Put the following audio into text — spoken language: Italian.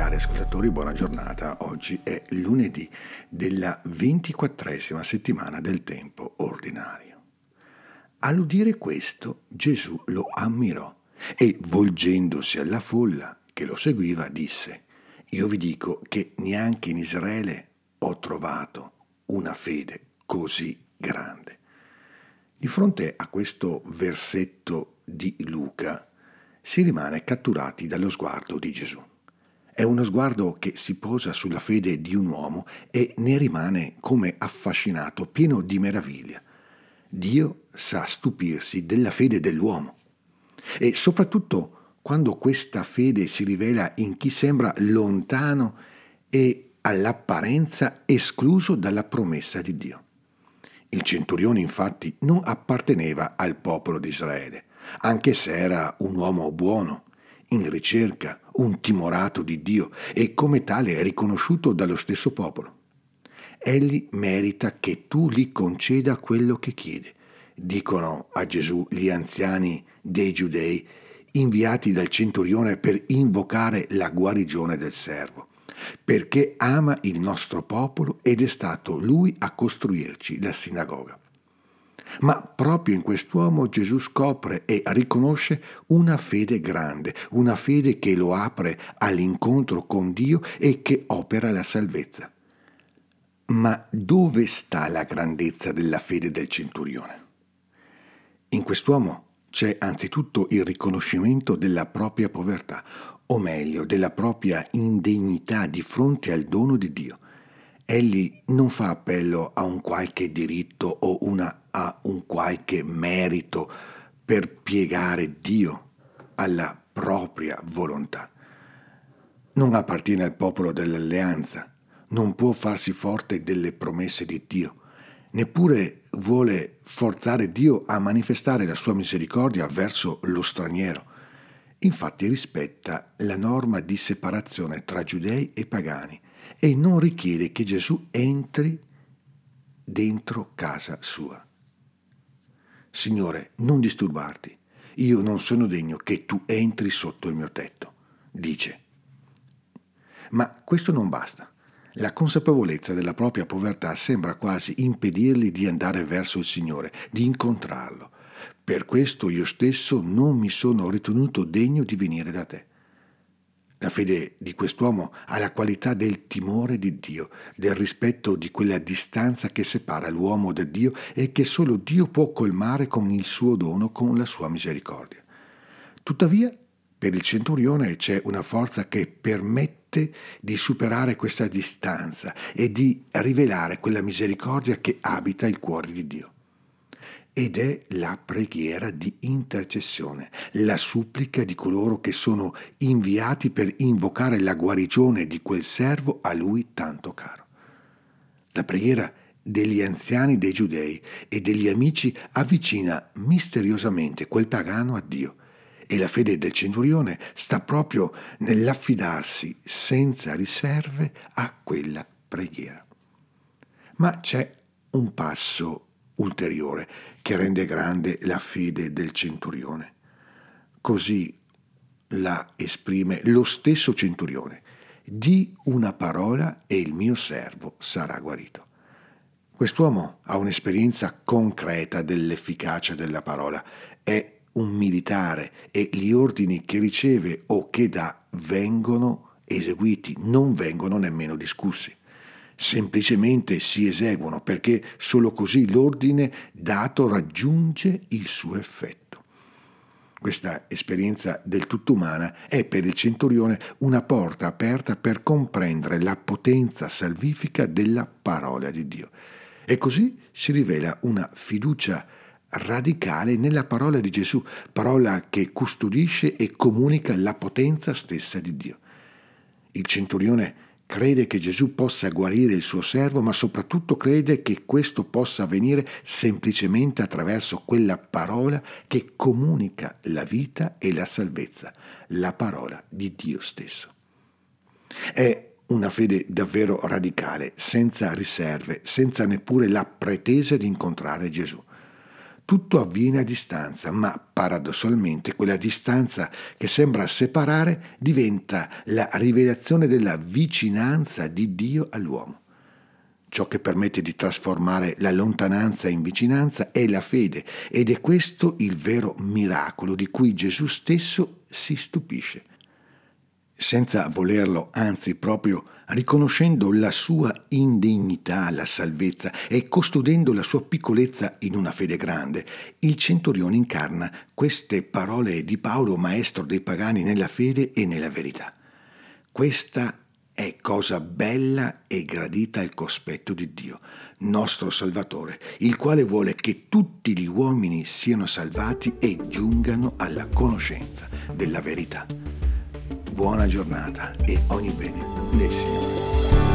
cari ascoltatori, buona giornata. Oggi è lunedì della 24esima settimana del tempo ordinario. All'udire questo, Gesù lo ammirò e, volgendosi alla folla che lo seguiva, disse: Io vi dico che neanche in Israele ho trovato una fede così grande. Di fronte a questo versetto di Luca si rimane catturati dallo sguardo di Gesù. È uno sguardo che si posa sulla fede di un uomo e ne rimane come affascinato, pieno di meraviglia. Dio sa stupirsi della fede dell'uomo e soprattutto quando questa fede si rivela in chi sembra lontano e all'apparenza escluso dalla promessa di Dio. Il centurione infatti non apparteneva al popolo di Israele, anche se era un uomo buono, in ricerca, un timorato di Dio e come tale riconosciuto dallo stesso popolo. Egli merita che tu gli conceda quello che chiede, dicono a Gesù gli anziani dei Giudei inviati dal centurione per invocare la guarigione del servo, perché ama il nostro popolo ed è stato lui a costruirci la sinagoga. Ma proprio in quest'uomo Gesù scopre e riconosce una fede grande, una fede che lo apre all'incontro con Dio e che opera la salvezza. Ma dove sta la grandezza della fede del centurione? In quest'uomo c'è anzitutto il riconoscimento della propria povertà, o meglio, della propria indegnità di fronte al dono di Dio. Egli non fa appello a un qualche diritto o a un qualche merito per piegare Dio alla propria volontà. Non appartiene al popolo dell'alleanza, non può farsi forte delle promesse di Dio, neppure vuole forzare Dio a manifestare la sua misericordia verso lo straniero. Infatti rispetta la norma di separazione tra giudei e pagani e non richiede che Gesù entri dentro casa sua. Signore, non disturbarti, io non sono degno che tu entri sotto il mio tetto, dice. Ma questo non basta. La consapevolezza della propria povertà sembra quasi impedirgli di andare verso il Signore, di incontrarlo. Per questo io stesso non mi sono ritenuto degno di venire da te. La fede di quest'uomo ha la qualità del timore di Dio, del rispetto di quella distanza che separa l'uomo da Dio e che solo Dio può colmare con il suo dono, con la sua misericordia. Tuttavia, per il centurione c'è una forza che permette di superare questa distanza e di rivelare quella misericordia che abita il cuore di Dio. Ed è la preghiera di intercessione, la supplica di coloro che sono inviati per invocare la guarigione di quel servo a lui tanto caro. La preghiera degli anziani dei Giudei e degli amici avvicina misteriosamente quel pagano a Dio. E la fede del centurione sta proprio nell'affidarsi senza riserve a quella preghiera. Ma c'è un passo ulteriore che rende grande la fede del centurione. Così la esprime lo stesso centurione: di una parola e il mio servo sarà guarito. Quest'uomo ha un'esperienza concreta dell'efficacia della parola, è un militare e gli ordini che riceve o che dà vengono eseguiti, non vengono nemmeno discussi. Semplicemente si eseguono perché solo così l'ordine dato raggiunge il suo effetto. Questa esperienza del tutto umana è per il centurione una porta aperta per comprendere la potenza salvifica della parola di Dio. E così si rivela una fiducia radicale nella parola di Gesù, parola che custodisce e comunica la potenza stessa di Dio. Il centurione crede che Gesù possa guarire il suo servo, ma soprattutto crede che questo possa avvenire semplicemente attraverso quella parola che comunica la vita e la salvezza, la parola di Dio stesso. È una fede davvero radicale, senza riserve, senza neppure la pretesa di incontrare Gesù. Tutto avviene a distanza, ma paradossalmente quella distanza che sembra separare diventa la rivelazione della vicinanza di Dio all'uomo. Ciò che permette di trasformare la lontananza in vicinanza è la fede, ed è questo il vero miracolo di cui Gesù stesso si stupisce. Senza volerlo, anzi proprio riconoscendo la sua indegnità alla salvezza e custodendo la sua piccolezza in una fede grande, il centurione incarna queste parole di Paolo, maestro dei pagani nella fede e nella verità. Questa è cosa bella e gradita al cospetto di Dio, nostro Salvatore, il quale vuole che tutti gli uomini siano salvati e giungano alla conoscenza della verità. Buona giornata e ogni bene nel Signore.